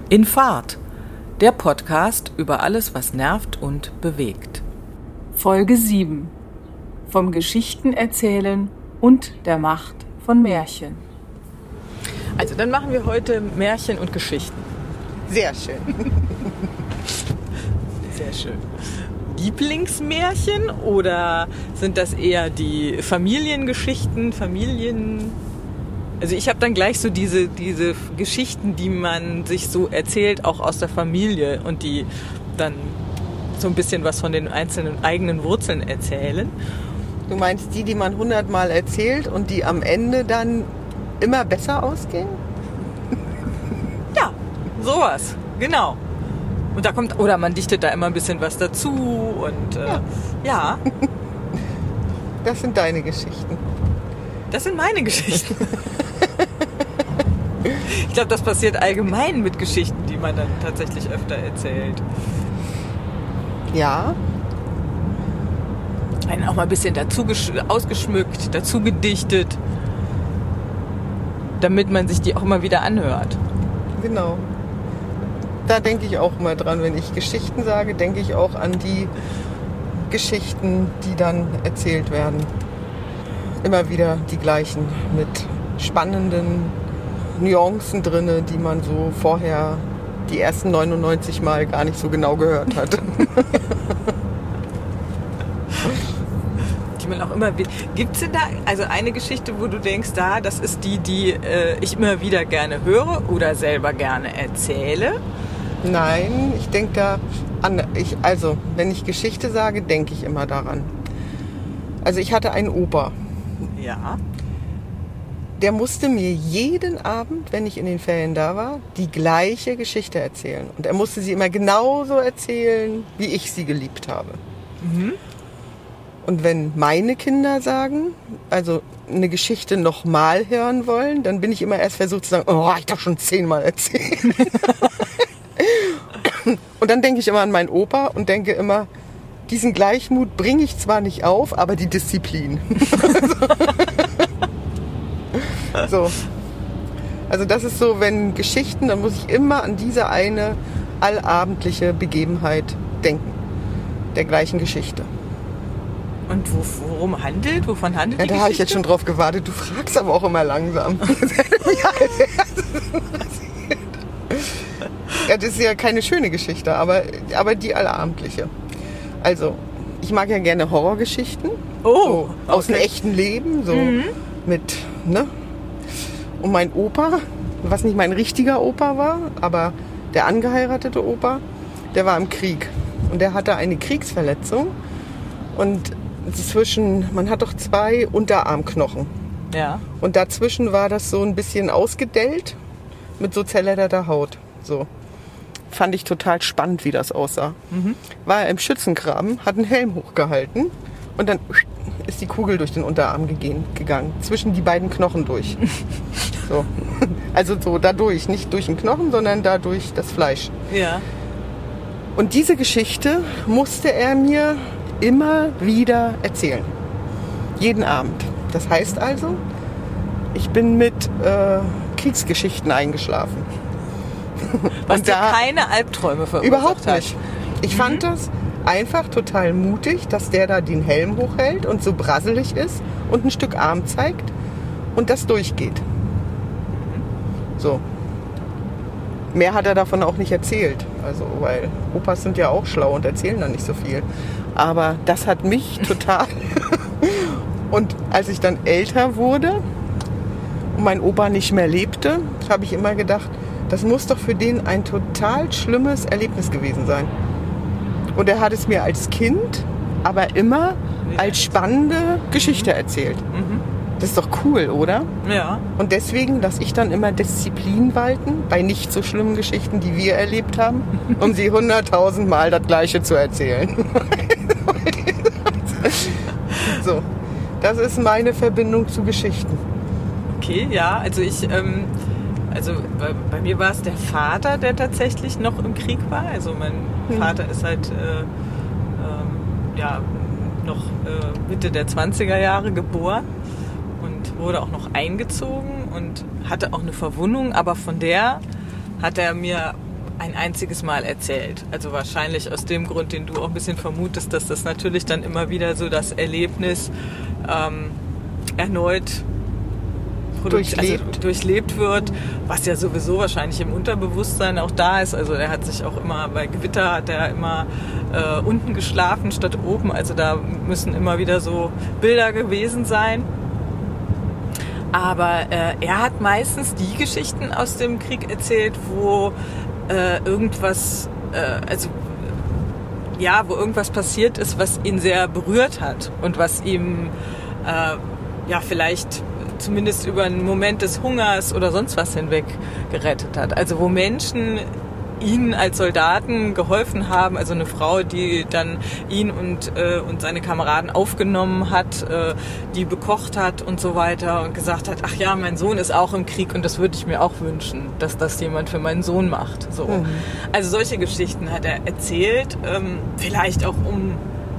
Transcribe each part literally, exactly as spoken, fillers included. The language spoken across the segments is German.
In Fahrt, der Podcast über alles, was nervt und bewegt. Folge sieben. Vom Geschichtenerzählen und der Macht von Märchen. Also dann machen wir heute Märchen und Geschichten. Sehr schön. Sehr schön. Lieblingsmärchen oder sind das eher die Familiengeschichten, Familien... Also ich habe dann gleich so diese, diese Geschichten, die man sich so erzählt, auch aus der Familie und die dann so ein bisschen was von den einzelnen eigenen Wurzeln erzählen. Du meinst die, die man hundertmal erzählt und die am Ende dann immer besser ausgehen? Ja, sowas, genau. Und da kommt, oder man dichtet da immer ein bisschen was dazu und äh, ja. ja. Das sind deine Geschichten. Das sind meine Geschichten. Ich glaube, das passiert allgemein mit Geschichten, die man dann tatsächlich öfter erzählt. Ja. Einen auch mal ein bisschen dazu gesch- ausgeschmückt, dazu gedichtet, damit man sich die auch immer wieder anhört. Genau. Da denke ich auch immer dran. Wenn ich Geschichten sage, denke ich auch an die Geschichten, die dann erzählt werden. Immer wieder die gleichen mit spannenden Nuancen drin, die man so vorher die ersten neunundneunzig Mal gar nicht so genau gehört hat. Die man auch immer wieder... Gibt es denn da also eine Geschichte, wo du denkst, da, das ist die, die äh, ich immer wieder gerne höre oder selber gerne erzähle? Nein, ich denke da an... Ich, also, wenn ich Geschichte sage, denke ich immer daran. Also ich hatte einen Opa. Ja. Der musste mir jeden Abend, wenn ich in den Ferien da war, die gleiche Geschichte erzählen. Und er musste sie immer genauso erzählen, wie ich sie geliebt habe. Mhm. Und wenn meine Kinder sagen, also eine Geschichte nochmal hören wollen, dann bin ich immer erst versucht zu sagen, oh, ich darf schon zehnmal erzählen. Und dann denke ich immer an meinen Opa und denke immer, diesen Gleichmut bringe ich zwar nicht auf, aber die Disziplin. So. Also das ist so, wenn Geschichten, dann muss ich immer an diese eine allabendliche Begebenheit denken. Der gleichen Geschichte. Und wo, worum handelt? Wovon handelt ja, die da Geschichte? habe ich jetzt schon drauf gewartet. Du fragst aber auch immer langsam. Ja, das ist ja keine schöne Geschichte, aber, aber die allabendliche. Also, ich mag ja gerne Horrorgeschichten. Oh, so, aus okay. dem echten Leben. So Mhm. mit, ne? Und mein Opa, was nicht mein richtiger Opa war, aber der angeheiratete Opa, der war im Krieg. Und der hatte eine Kriegsverletzung. Und zwischen, man hat doch zwei Unterarmknochen. Ja. Und dazwischen war das so ein bisschen ausgedellt mit so zerledderter Haut. So. Fand ich total spannend, wie das aussah. Mhm. War er im Schützengraben, hat einen Helm hochgehalten und dann ist die Kugel durch den Unterarm gegehen, gegangen. Zwischen die beiden Knochen durch. So. Also so dadurch, nicht durch den Knochen, sondern dadurch das Fleisch. Ja. Und diese Geschichte musste er mir immer wieder erzählen. Jeden Abend. Das heißt also, ich bin mit äh, Kriegsgeschichten eingeschlafen. Was Und dir da keine Albträume verursacht überhaupt hat. nicht. Ich mhm. fand das einfach total mutig, dass der da den Helm hochhält und so brasselig ist und ein Stück Arm zeigt und das durchgeht. So. Mehr hat er davon auch nicht erzählt. Also, weil Opas sind ja auch schlau und erzählen dann nicht so viel. Aber das hat mich total... Und als ich dann älter wurde und mein Opa nicht mehr lebte, habe ich immer gedacht, das muss doch für den ein total schlimmes Erlebnis gewesen sein. Und er hat es mir als Kind, aber immer als spannende Geschichte erzählt. Mhm. Das ist doch cool, oder? Ja. Und deswegen lasse ich dann immer Disziplin walten bei nicht so schlimmen Geschichten, die wir erlebt haben, um sie hunderttausend Mal das Gleiche zu erzählen. So, das ist meine Verbindung zu Geschichten. Okay, ja, also ich, ähm, also bei, bei mir war es der Vater, der tatsächlich noch im Krieg war. Also mein hm. Vater ist halt, äh, ähm, ja, noch äh, Mitte der zwanziger Jahre geboren und wurde auch noch eingezogen und hatte auch eine Verwundung, aber von der hat er mir ein einziges Mal erzählt. Also wahrscheinlich aus dem Grund, den du auch ein bisschen vermutest, dass das natürlich dann immer wieder so das Erlebnis ähm, erneut durchlebt. Also durchlebt wird, was ja sowieso wahrscheinlich im Unterbewusstsein auch da ist. Also er hat sich auch immer, bei Gewitter hat er immer äh, unten geschlafen statt oben. Also da müssen immer wieder so Bilder gewesen sein. Aber äh, er hat meistens die Geschichten aus dem Krieg erzählt, wo äh, irgendwas, äh, also ja, wo irgendwas passiert ist, was ihn sehr berührt hat und was ihm äh, ja vielleicht zumindest über einen Moment des Hungers oder sonst was hinweg gerettet hat. Also wo Menschen ihnen als Soldaten geholfen haben, also eine Frau, die dann ihn und, äh, und seine Kameraden aufgenommen hat, äh, die bekocht hat und so weiter und gesagt hat, ach ja, mein Sohn ist auch im Krieg und das würde ich mir auch wünschen, dass das jemand für meinen Sohn macht. So. Mhm. Also solche Geschichten hat er erzählt, ähm, vielleicht auch um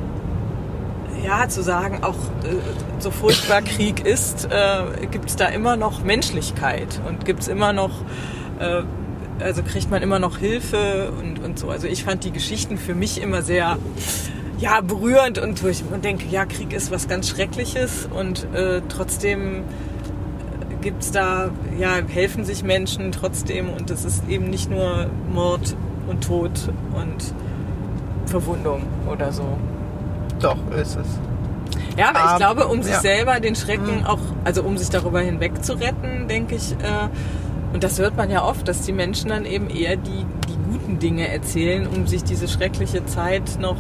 ja, zu sagen, auch äh, so furchtbar Krieg ist, äh, gibt es da immer noch Menschlichkeit und gibt es immer noch, äh, also kriegt man immer noch Hilfe und, und so. Also ich fand die Geschichten für mich immer sehr ja, berührend und wo ich denke, ja, Krieg ist was ganz Schreckliches und äh, trotzdem gibt es da, ja, helfen sich Menschen trotzdem und es ist eben nicht nur Mord und Tod und Verwundung oder so. Doch, ist es. Ja, aber um, ich glaube, um sich ja. selber den Schrecken auch, also um sich darüber hinweg zu retten, denke ich, äh, und das hört man ja oft, dass die Menschen dann eben eher die, die guten Dinge erzählen, um sich diese schreckliche Zeit noch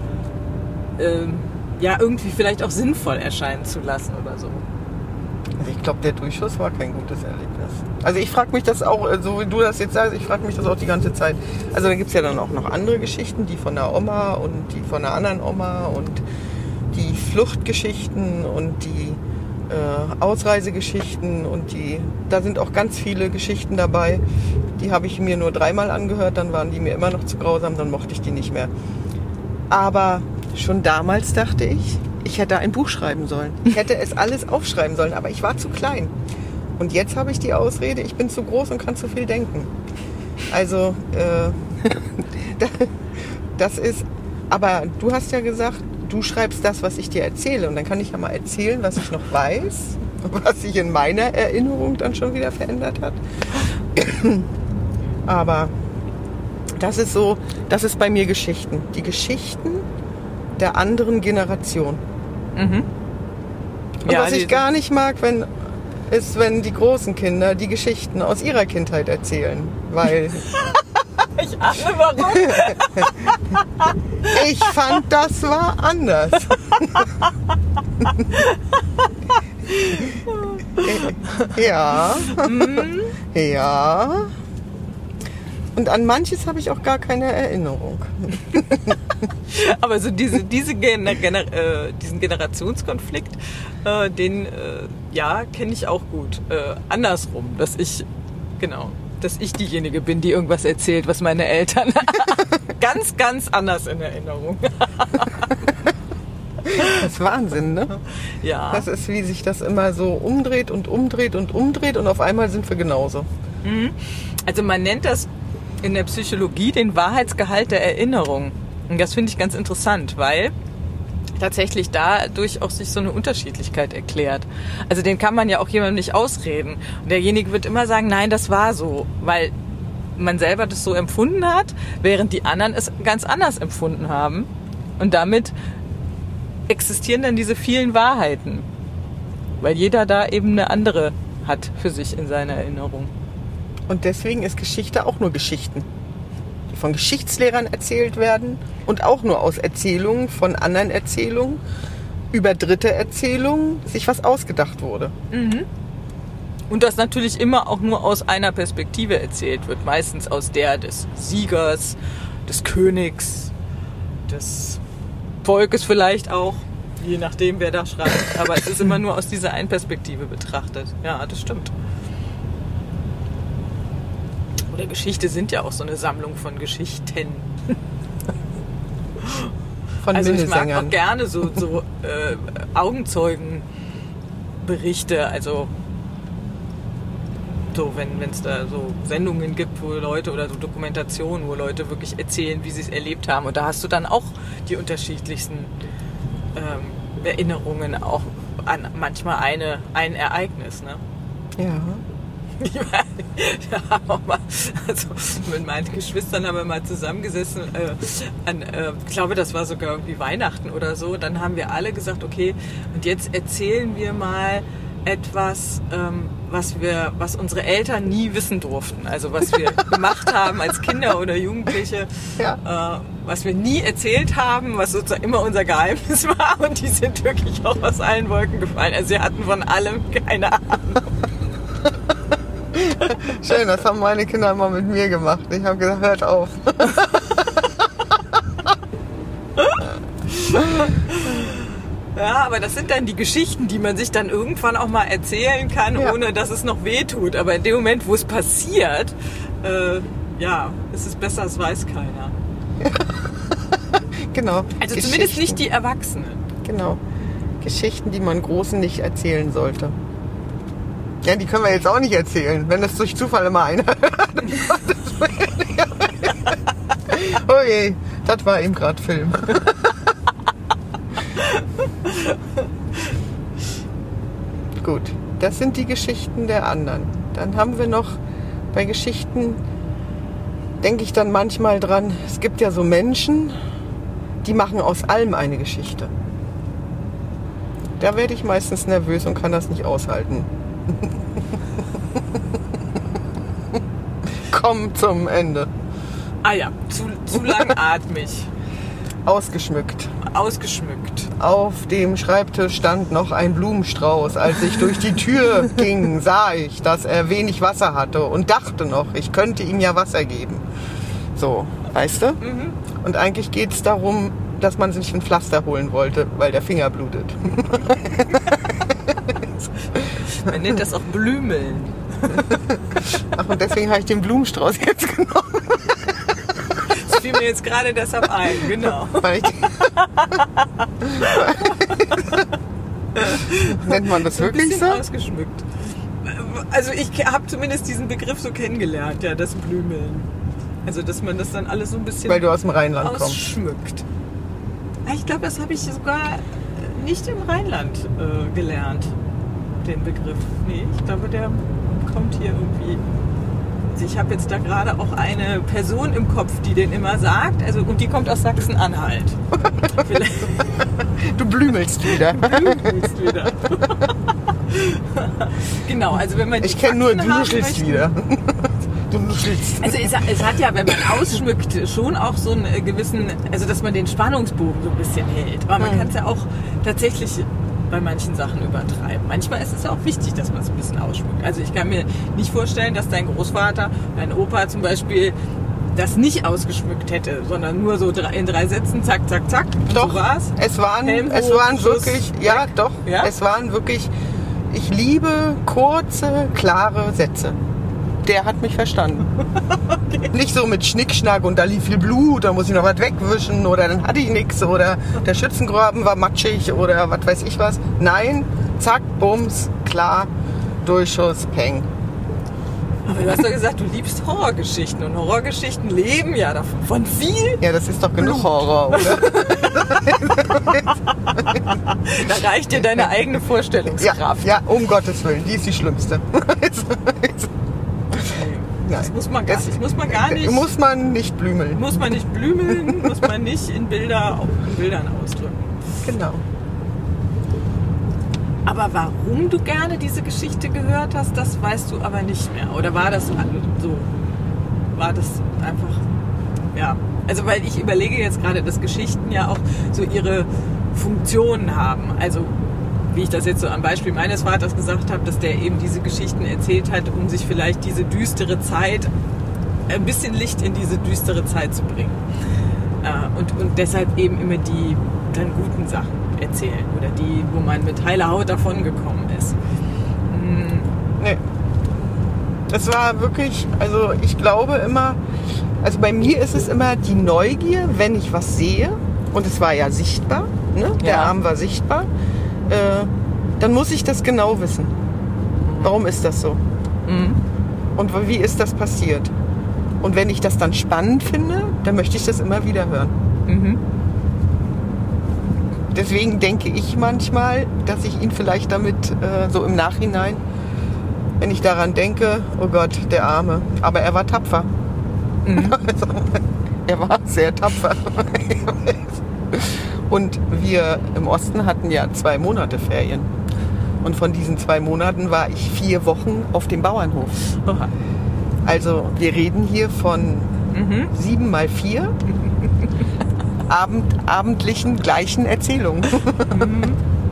äh, ja irgendwie vielleicht auch sinnvoll erscheinen zu lassen oder so. Also ich glaube, der Durchschuss war kein gutes Erlebnis. Also ich frage mich das auch, so wie du das jetzt sagst, ich frage mich das auch die ganze Zeit. Also da gibt es ja dann auch noch andere Geschichten, die von der Oma und die von der anderen Oma und die Fluchtgeschichten und die äh, Ausreisegeschichten und die, da sind auch ganz viele Geschichten dabei. Die habe ich mir nur dreimal angehört, dann waren die mir immer noch zu grausam, dann mochte ich die nicht mehr. Aber schon damals dachte ich, ich hätte ein Buch schreiben sollen. Ich hätte es alles aufschreiben sollen, aber ich war zu klein. Und jetzt habe ich die Ausrede, ich bin zu groß und kann zu viel denken. Also, äh, das ist, aber du hast ja gesagt, du schreibst das, was ich dir erzähle. Und dann kann ich ja mal erzählen, was ich noch weiß, was sich in meiner Erinnerung dann schon wieder verändert hat. Aber das ist so, das ist bei mir Geschichten. Die Geschichten der anderen Generation. Mhm. Und ja, was ich gar nicht mag, wenn, ist, wenn die großen Kinder die Geschichten aus ihrer Kindheit erzählen. Weil ich ahne warum. Ich fand, das war anders. Ja. Mhm. Ja. Und an manches habe ich auch gar keine Erinnerung. Aber so diese, diese Gener- Gener- äh, diesen Generationskonflikt, äh, den äh, ja, kenne ich auch gut. Äh, andersrum, dass ich, genau, dass ich diejenige bin, die irgendwas erzählt, was meine Eltern ganz, ganz anders in Erinnerung haben. Das ist Wahnsinn, ne? Ja. Das ist, wie sich das immer so umdreht und umdreht und umdreht und auf einmal sind wir genauso. Mhm. Also man nennt das in der Psychologie den Wahrheitsgehalt der Erinnerung. Und das finde ich ganz interessant, weil tatsächlich dadurch auch sich so eine Unterschiedlichkeit erklärt. Also den kann man ja auch jemandem nicht ausreden. Und derjenige wird immer sagen, nein, das war so, weil man selber das so empfunden hat, während die anderen es ganz anders empfunden haben. Und damit existieren dann diese vielen Wahrheiten, weil jeder da eben eine andere hat für sich in seiner Erinnerung. Und deswegen ist Geschichte auch nur Geschichten, die von Geschichtslehrern erzählt werden und auch nur aus Erzählungen von anderen Erzählungen über dritte Erzählungen sich was ausgedacht wurde. Mhm. Und das natürlich immer auch nur aus einer Perspektive erzählt wird, meistens aus der des Siegers, des Königs, des Volkes vielleicht auch, je nachdem wer da schreibt. Aber es ist immer nur aus dieser einen Perspektive betrachtet. Ja, das stimmt. Oder Geschichte sind ja auch so eine Sammlung von Geschichten. Von also ich mag Minnesängern. auch gerne so, so äh, Augenzeugenberichte, also So, wenn es da so Sendungen gibt, wo Leute oder so Dokumentationen, wo Leute wirklich erzählen, wie sie es erlebt haben. Und da hast du dann auch die unterschiedlichsten ähm, Erinnerungen, auch an manchmal eine, ein Ereignis. Ne? Ja. Ja, auch mal, also mit meinen Geschwistern haben wir mal zusammengesessen, äh, an, äh, ich glaube, das war sogar irgendwie Weihnachten oder so. Dann haben wir alle gesagt, okay, und jetzt erzählen wir mal etwas, ähm, was wir, was unsere Eltern nie wissen durften. Also was wir gemacht haben als Kinder oder Jugendliche, Ja. äh, was wir nie erzählt haben, was sozusagen immer unser Geheimnis war. Und die sind wirklich auch aus allen Wolken gefallen. Also sie hatten von allem keine Ahnung. Schön, das haben meine Kinder immer mit mir gemacht. Ich habe gesagt, hört auf. Ja, aber das sind dann die Geschichten, die man sich dann irgendwann auch mal erzählen kann, Ja. ohne dass es noch weh tut. Aber in dem Moment, wo es passiert, äh, ja, ist es besser, es weiß keiner. Genau. Also zumindest Geschichten. nicht die Erwachsenen. Genau. Geschichten, die man Großen nicht erzählen sollte. Ja, die können wir jetzt auch nicht erzählen, wenn das durch Zufall immer einer hört. Oh je, das war eben gerade Film. Gut, das sind die Geschichten der anderen. Dann haben wir noch bei Geschichten, denke ich dann manchmal dran, es gibt ja so Menschen, die machen aus allem eine Geschichte. Da werde ich meistens nervös und kann das nicht aushalten. Komm zum Ende. Ah ja, zu, zu langatmig, Ausgeschmückt. ausgeschmückt. Auf dem Schreibtisch stand noch ein Blumenstrauß. Als ich durch die Tür ging, sah ich, dass er wenig Wasser hatte und dachte noch, ich könnte ihm ja Wasser geben. So, weißt du? Mhm. Und eigentlich geht es darum, dass man sich ein Pflaster holen wollte, weil der Finger blutet. Man nennt das auch Blümeln. Ach, und deswegen habe ich den Blumenstrauß jetzt genommen. Das fiel mir jetzt gerade deshalb ein, genau. Weil ich Nennt man das Ein wirklich so? bisschen ausgeschmückt. Also ich habe zumindest diesen Begriff so kennengelernt, ja, das Blümeln. Also dass man das dann alles so ein bisschen Weil du aus dem Rheinland kommst. ausschmückt. Ich glaube, das habe ich sogar nicht im Rheinland äh, gelernt, den Begriff. Nee, ich glaube, der kommt hier irgendwie. Also ich habe jetzt da gerade auch eine Person im Kopf, die den immer sagt, also und die kommt aus Sachsen-Anhalt. Vielleicht Du blümelst wieder. blümelst wieder. Genau, also wenn man die Ich kenne nur, Fakten du haben nuschelst möchte- wieder. Du nuschelst. Also es, es hat ja, wenn man ausschmückt, schon auch so einen gewissen, also dass man den Spannungsbogen so ein bisschen hält. Aber man Mhm. kann es ja auch tatsächlich bei manchen Sachen übertreiben. Manchmal ist es ja auch wichtig, dass man es ein bisschen ausschmückt. Also ich kann mir nicht vorstellen, dass dein Großvater, dein Opa zum Beispiel das nicht ausgeschmückt hätte, sondern nur so drei, in drei Sätzen, zack, zack, zack. Und Doch, so war's. es waren, Helm es hoch, waren Schuss, wirklich, ja, weg. doch, Ja? es waren wirklich, ich liebe kurze, klare Sätze. Der hat mich verstanden. Okay. Nicht so mit Schnickschnack und da lief viel Blut, da muss ich noch was wegwischen oder dann hatte ich nichts oder der Schützengraben war matschig oder was weiß ich was. Nein, zack, bums, klar, Durchschuss, peng. Aber du hast doch gesagt, du liebst Horrorgeschichten und Horrorgeschichten leben ja davon. Von viel. Ja, das ist doch genug Blut. Horror, oder? Da reicht dir deine eigene Ja, Vorstellungskraft. ja, um Gottes Willen, die ist die schlimmste. Das Nein. muss man gar Das- nicht. Muss man gar nicht. Muss man nicht blümeln. Muss man nicht blümeln, muss man nicht in, Bilder, in Bildern ausdrücken. Genau. Aber warum du gerne diese Geschichte gehört hast, das weißt du aber nicht mehr. Oder war das so? War das einfach, ja. Also weil ich überlege jetzt gerade, dass Geschichten ja auch so ihre Funktionen haben. Also wie ich das jetzt so am Beispiel meines Vaters gesagt habe, dass der eben diese Geschichten erzählt hat, um sich vielleicht diese düstere Zeit, ein bisschen Licht in diese düstere Zeit zu bringen. Äh, Und, und deshalb eben immer die dann guten Sachen erzählen oder die, wo man mit heiler Haut davon gekommen ist. Mm, Nee. Das war wirklich, also ich glaube immer, also bei mir ist es immer die Neugier, wenn ich was sehe, und es war ja sichtbar, ne? Der Ja. Arm war sichtbar, äh, dann muss ich das genau wissen. Warum ist das so? mm. Und wie ist das passiert? Und wenn ich das dann spannend finde, dann möchte ich das immer wieder hören. Mhm. Deswegen denke ich manchmal, dass ich ihn vielleicht damit äh, so im Nachhinein, wenn ich daran denke, oh Gott, der Arme. Aber er war tapfer. Mhm. Also, er war sehr tapfer. Und wir im Osten hatten ja zwei Monate Ferien. Und von diesen zwei Monaten war ich vier Wochen auf dem Bauernhof. Oha. Also wir reden hier von Mhm. sieben mal vier Abend, abendlichen gleichen Erzählungen. Mhm.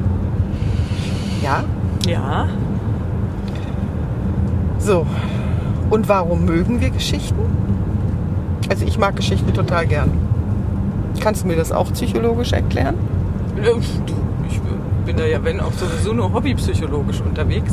Ja? Ja. So. Und warum mögen wir Geschichten? Also ich mag Geschichten total gern. Kannst du mir das auch psychologisch erklären? Du, ich bin da ja, wenn auch sowieso nur hobbypsychologisch unterwegs.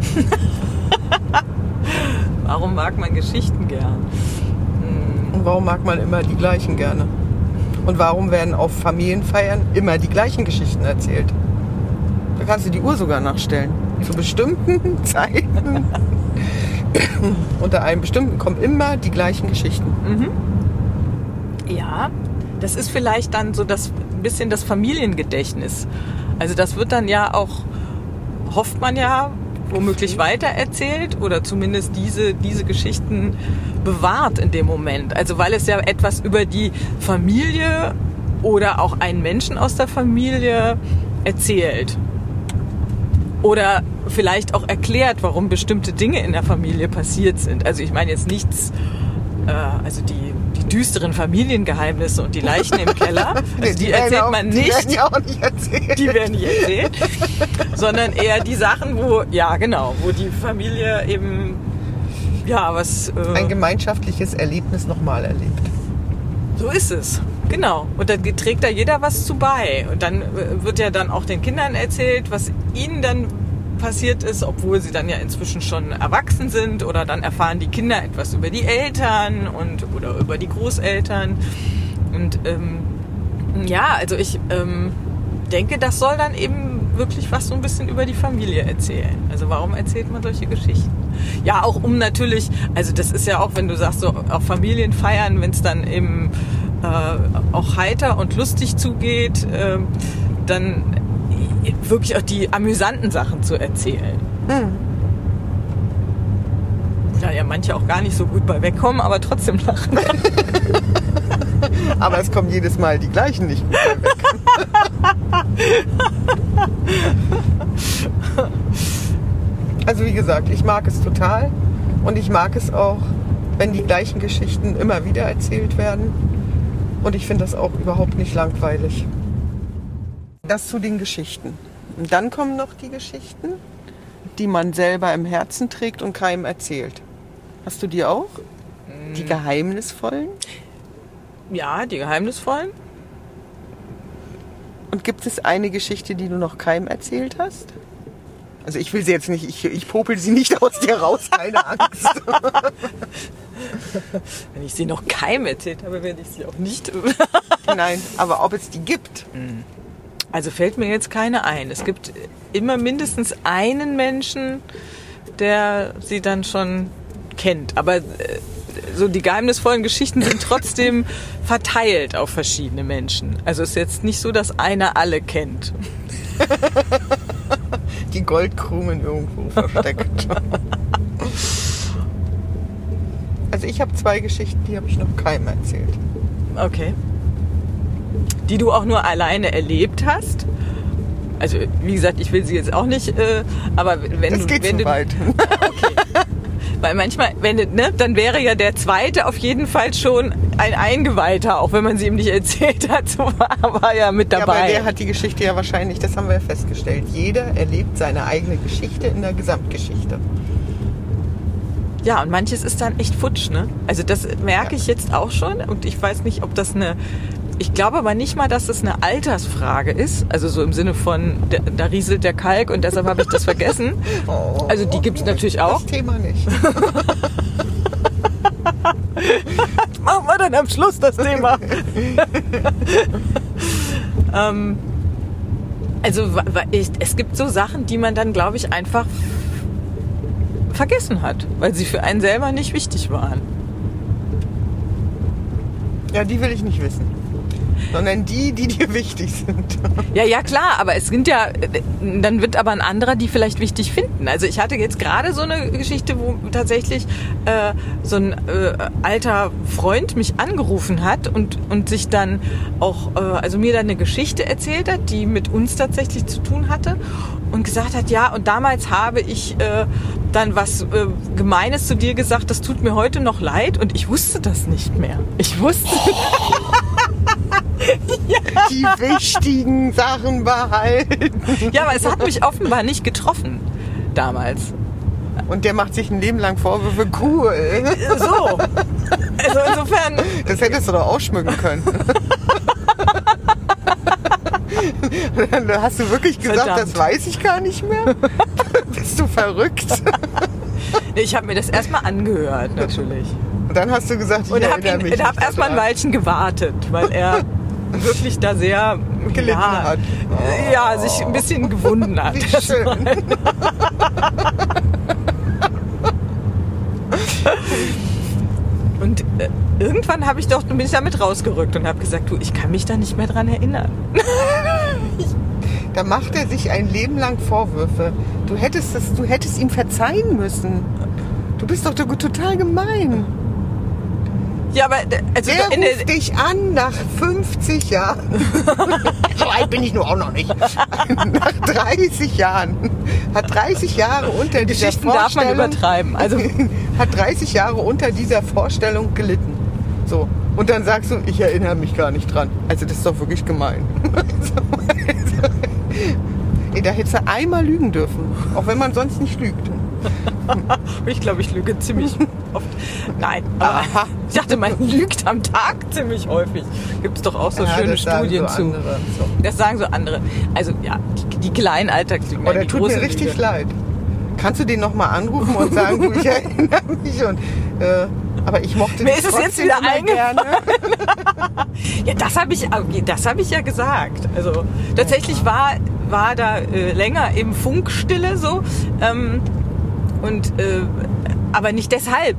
Warum mag man Geschichten gern? Und warum mag man immer die gleichen gerne? Und warum werden auf Familienfeiern immer die gleichen Geschichten erzählt? Da kannst du die Uhr sogar nachstellen. Zu bestimmten Zeiten, unter einem bestimmten, kommen immer die gleichen Geschichten. Mhm. Ja, das ist vielleicht dann so das ein bisschen das Familiengedächtnis. Also das wird dann ja auch, hofft man ja, womöglich weitererzählt oder zumindest diese, diese Geschichten bewahrt in dem Moment. Also weil es ja etwas über die Familie oder auch einen Menschen aus der Familie erzählt. Oder vielleicht auch erklärt, warum bestimmte Dinge in der Familie passiert sind. Also ich meine jetzt nichts, äh, also die, die düsteren Familiengeheimnisse und die Leichen im Keller, also die, die erzählt auch, man die nicht. Die werden ja auch nicht erzählt. Die werden nicht erzählt. Sondern eher die Sachen, wo, ja genau, wo die Familie eben, ja, was... Äh, ein gemeinschaftliches Erlebnis nochmal erlebt. So ist es. Genau. Und da trägt da jeder was zu bei. Und dann wird ja dann auch den Kindern erzählt, was ihnen dann passiert ist, obwohl sie dann ja inzwischen schon erwachsen sind. Oder dann erfahren die Kinder etwas über die Eltern und oder über die Großeltern. Und ähm, ja, also ich ähm, denke, das soll dann eben wirklich was so ein bisschen über die Familie erzählen. Also warum erzählt man solche Geschichten? Ja, auch um natürlich, also das ist ja auch, wenn du sagst, so auf Familienfeiern, wenn es dann eben äh, auch heiter und lustig zugeht, äh, dann wirklich auch die amüsanten Sachen zu erzählen. Hm. Ja, ja, manche auch gar nicht so gut bei wegkommen, aber trotzdem lachen. Aber es kommen jedes Mal die gleichen nicht gut bei weg. Also wie gesagt, ich mag es total und ich mag es auch, wenn die gleichen Geschichten immer wieder erzählt werden und ich finde das auch überhaupt nicht langweilig. Das zu den Geschichten. Und dann kommen noch die Geschichten, die man selber im Herzen trägt und keinem erzählt. Hast du die auch? Die geheimnisvollen? Ja, die geheimnisvollen. Und gibt es eine Geschichte, die du noch keinem erzählt hast? Also ich will sie jetzt nicht, ich, ich popel sie nicht aus dir raus, keine Angst. Wenn ich sie noch keinem erzählt habe, werde ich sie auch nicht. Nein, aber ob es die gibt? Also fällt mir jetzt keine ein. Es gibt immer mindestens einen Menschen, der sie dann schon kennt. Aber äh, so die geheimnisvollen Geschichten sind trotzdem verteilt auf verschiedene Menschen. Also es ist jetzt nicht so, dass einer alle kennt. Die Goldkrumen irgendwo versteckt. Also ich habe zwei Geschichten, die habe ich noch keinem erzählt. Okay. Die du auch nur alleine erlebt hast? Also wie gesagt, ich will sie jetzt auch nicht, äh, aber wenn das du... geht wenn zu du, weit. Okay. Weil manchmal, wenn ne, dann wäre ja der Zweite auf jeden Fall schon ein Eingeweihter, auch wenn man sie ihm nicht erzählt hat, so war, war ja mit dabei. Ja, aber der hat die Geschichte ja wahrscheinlich, das haben wir ja festgestellt, jeder erlebt seine eigene Geschichte in der Gesamtgeschichte. Ja, und manches ist dann echt futsch, ne? Also das merke ich jetzt auch schon und ich weiß nicht, ob das eine... Ich glaube aber nicht mal, dass das eine Altersfrage ist. Also so im Sinne von, da, da rieselt der Kalk und deshalb habe ich das vergessen. Oh, also die gibt es natürlich auch. Das Thema nicht. Machen wir dann am Schluss das Thema. ähm, also ich, es gibt so Sachen, die man dann, glaube ich, einfach vergessen hat, weil sie für einen selber nicht wichtig waren. Ja, die will ich nicht wissen. Sondern die, die dir wichtig sind. Ja, ja, klar, aber es sind ja, dann wird aber ein anderer die vielleicht wichtig finden. Also ich hatte jetzt gerade so eine Geschichte, wo tatsächlich äh, so ein äh, alter Freund mich angerufen hat und, und sich dann auch, äh, also mir dann eine Geschichte erzählt hat, die mit uns tatsächlich zu tun hatte und gesagt hat, ja, und damals habe ich äh, dann was äh, Gemeines zu dir gesagt, das tut mir heute noch leid und ich wusste das nicht mehr. Ich wusste... Ja. Die wichtigen Sachen behalten. Ja, aber es hat mich offenbar nicht getroffen damals. Und der macht sich ein Leben lang Vorwürfe. Cool. So. Also insofern... Das hättest du doch ausschmücken können. Dann hast du wirklich gesagt, verdammt, das weiß ich gar nicht mehr? Bist du verrückt? Ich habe mir das erstmal angehört, natürlich. Und dann hast du gesagt, ich und erinnere hab mich. Ich habe erstmal ein Weilchen gewartet, weil er wirklich da sehr gelitten ja, hat. Oh. Ja, sich ein bisschen gewunden hat. Wie schön. Und äh, irgendwann habe ich doch, bin ich damit rausgerückt und habe gesagt, du, ich kann mich da nicht mehr dran erinnern. Da macht er sich ein Leben lang Vorwürfe. Du hättest, das, du hättest ihm verzeihen müssen. Du bist doch total gemein. Ja, aber also der in ruft dich an nach fünfzig Jahren. So alt bin ich nur auch noch nicht. Nach dreißig Jahren. Hat dreißig Jahre unter dieser Geschichten Vorstellung... darf man übertreiben. Also hat dreißig Jahre unter dieser Vorstellung gelitten. So. Und dann sagst du, ich erinnere mich gar nicht dran. Also das ist doch wirklich gemein. Da hättest du einmal lügen dürfen. Auch wenn man sonst nicht lügt. Ich glaube, ich lüge ziemlich oft. Nein, aber aha. Ich dachte, man lügt am Tag ziemlich häufig. Gibt es doch auch so ja, schöne Studien so zu. Andere, so. Das sagen so andere. Also ja, die, die kleinen Alltagslügen. Oh, der tut mir richtig Lüge. leid. Kannst du den nochmal anrufen und sagen, du, ich erinnere mich und... Äh, aber ich mochte mir ist es jetzt wieder eingefallen. Ja, das habe ich, das habe ich ja gesagt. Also tatsächlich war war da äh, länger im Funkstille so ähm, und äh, aber nicht deshalb.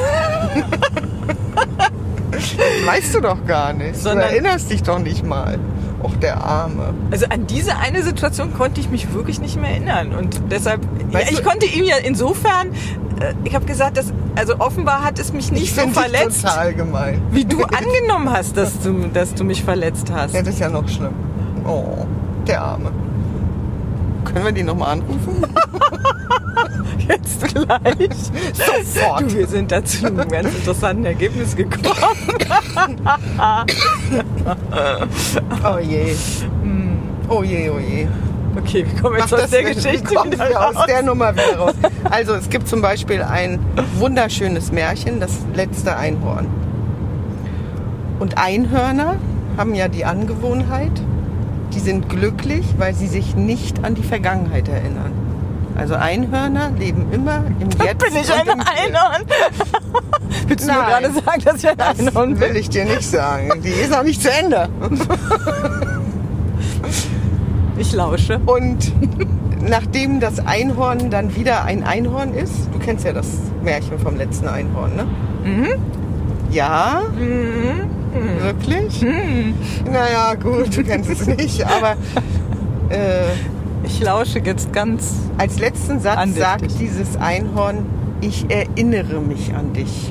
Weißt du doch gar nicht. Sondern, du erinnerst dich doch nicht mal. Och, der Arme. Also an diese eine Situation konnte ich mich wirklich nicht mehr erinnern und deshalb, ja, ich konnte ihm ja insofern, äh, ich habe gesagt, dass, also offenbar hat es mich nicht ich so verletzt, total gemein. wie du angenommen hast, dass du, dass du mich verletzt hast. Ja, das ist ja noch schlimm. Oh, der Arme. Können wir den nochmal anrufen? Jetzt gleich. Sofort. Du, wir sind da zu einem ganz interessanten Ergebnis gekommen. Oh je. Oh je, oh je. Okay, wir kommen jetzt Mach aus der Geschichte wieder raus. Aus der Nummer wieder raus. Also es gibt zum Beispiel ein wunderschönes Märchen, das letzte Einhorn. Und Einhörner haben ja die Angewohnheit, die sind glücklich, weil sie sich nicht an die Vergangenheit erinnern. Also Einhörner leben immer im Jetzt. Bin ich ein Einhorn? Willst du mir gerade sagen, dass ich ein das Einhorn bin? Will ich dir nicht sagen. Die ist noch nicht zu Ende. Ich lausche. Und nachdem das Einhorn dann wieder ein Einhorn ist, du kennst ja das Märchen vom letzten Einhorn, ne? Mhm. Ja? Mhm. Wirklich? Mhm. Naja, gut, du kennst es nicht, aber... Äh, ich lausche jetzt ganz als letzten Satz andächtig. Sagt dieses Einhorn, ich erinnere mich an dich.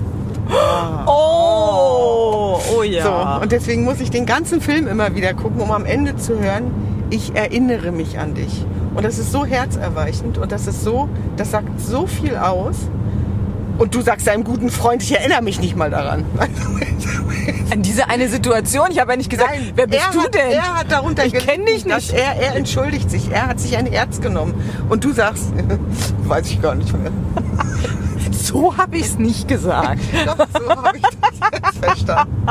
Oh, oh ja. So, und deswegen muss ich den ganzen Film immer wieder gucken, um am Ende zu hören, ich erinnere mich an dich. Und das ist so herzerweichend und das ist so, das sagt so viel aus. Und du sagst deinem guten Freund, ich erinnere mich nicht mal daran. An diese eine Situation? Ich habe ja nicht gesagt, Nein, wer bist du hat, denn? Er hat darunter ich kenne dich nicht. Er, er entschuldigt sich, er hat sich ein Herz genommen. Und du sagst, weiß ich gar nicht mehr. So habe ich es nicht gesagt. Doch, so habe ich das jetzt verstanden.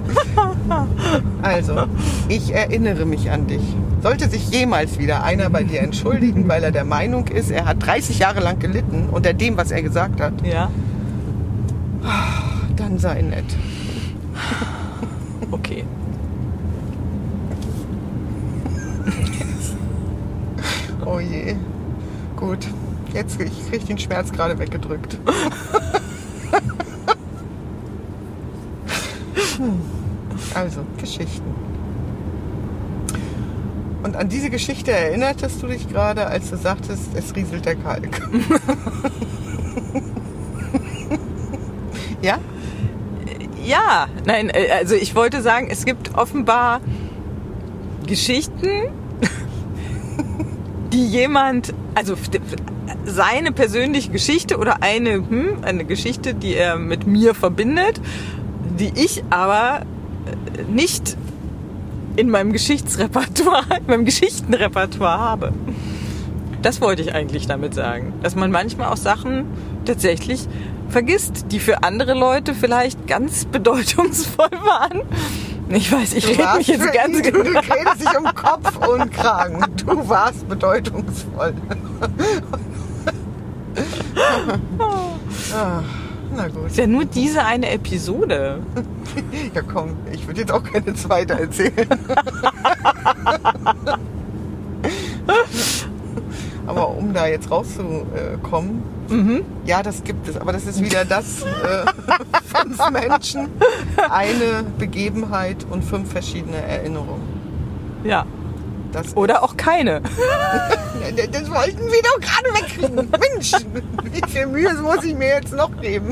Also, ich erinnere mich an dich. Sollte sich jemals wieder einer bei dir entschuldigen, weil er der Meinung ist, er hat dreißig Jahre lang gelitten unter dem, was er gesagt hat, ja. Dann sei nett. Okay. Oh je. Gut. Jetzt ich krieg den Schmerz gerade weggedrückt. Also, Geschichten. Und an diese Geschichte erinnertest du dich gerade, als du sagtest, es rieselt der Kalk. Ja? Ja, nein, also ich wollte sagen, es gibt offenbar Geschichten, die jemand, also seine persönliche Geschichte oder eine, hm, eine Geschichte, die er mit mir verbindet, die ich aber nicht in meinem Geschichtsrepertoire, in meinem Geschichtenrepertoire habe. Das wollte ich eigentlich damit sagen. Dass man manchmal auch Sachen tatsächlich vergisst, die für andere Leute vielleicht ganz bedeutungsvoll waren. Ich weiß, ich rede mich jetzt ganz genau. Du redest dich um Kopf und Kragen. Du warst bedeutungsvoll. Ah, na gut. Ist ja nur diese eine Episode. Ja komm, ich würde jetzt auch keine zweite erzählen. Aber um da jetzt rauszukommen, mhm. ja, das gibt es. Aber das ist wieder das, äh, fünf Menschen, eine Begebenheit und fünf verschiedene Erinnerungen. Ja. Das Oder auch keine. Das wollten wir doch gerade wegkriegen. Mensch, wie viel Mühe muss ich mir jetzt noch geben?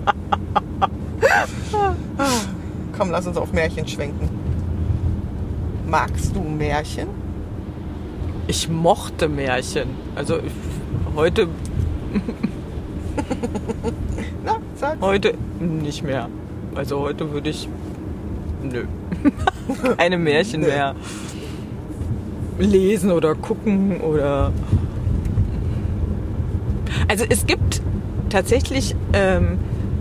Komm, lass uns auf Märchen schwenken. Magst du Märchen? Ich mochte Märchen. Also ich, heute... Na, sag's. Heute nicht mehr. Also heute würde ich... Nö. Keine Märchen mehr lesen oder gucken oder... Also es gibt tatsächlich ähm,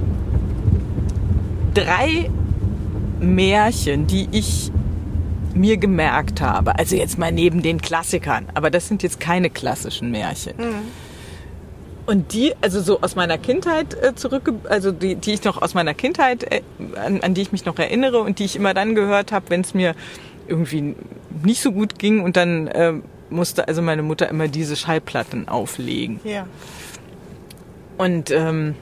drei Märchen, die ich mir gemerkt habe. Also jetzt mal neben den Klassikern. Aber das sind jetzt keine klassischen Märchen. Mhm. Und die, also so aus meiner Kindheit äh, zurück, also die, die ich noch aus meiner Kindheit, äh, an, an die ich mich noch erinnere und die ich immer dann gehört habe, wenn es mir irgendwie nicht so gut ging und dann äh, musste also meine Mutter immer diese Schallplatten auflegen. Ja. Und ähm,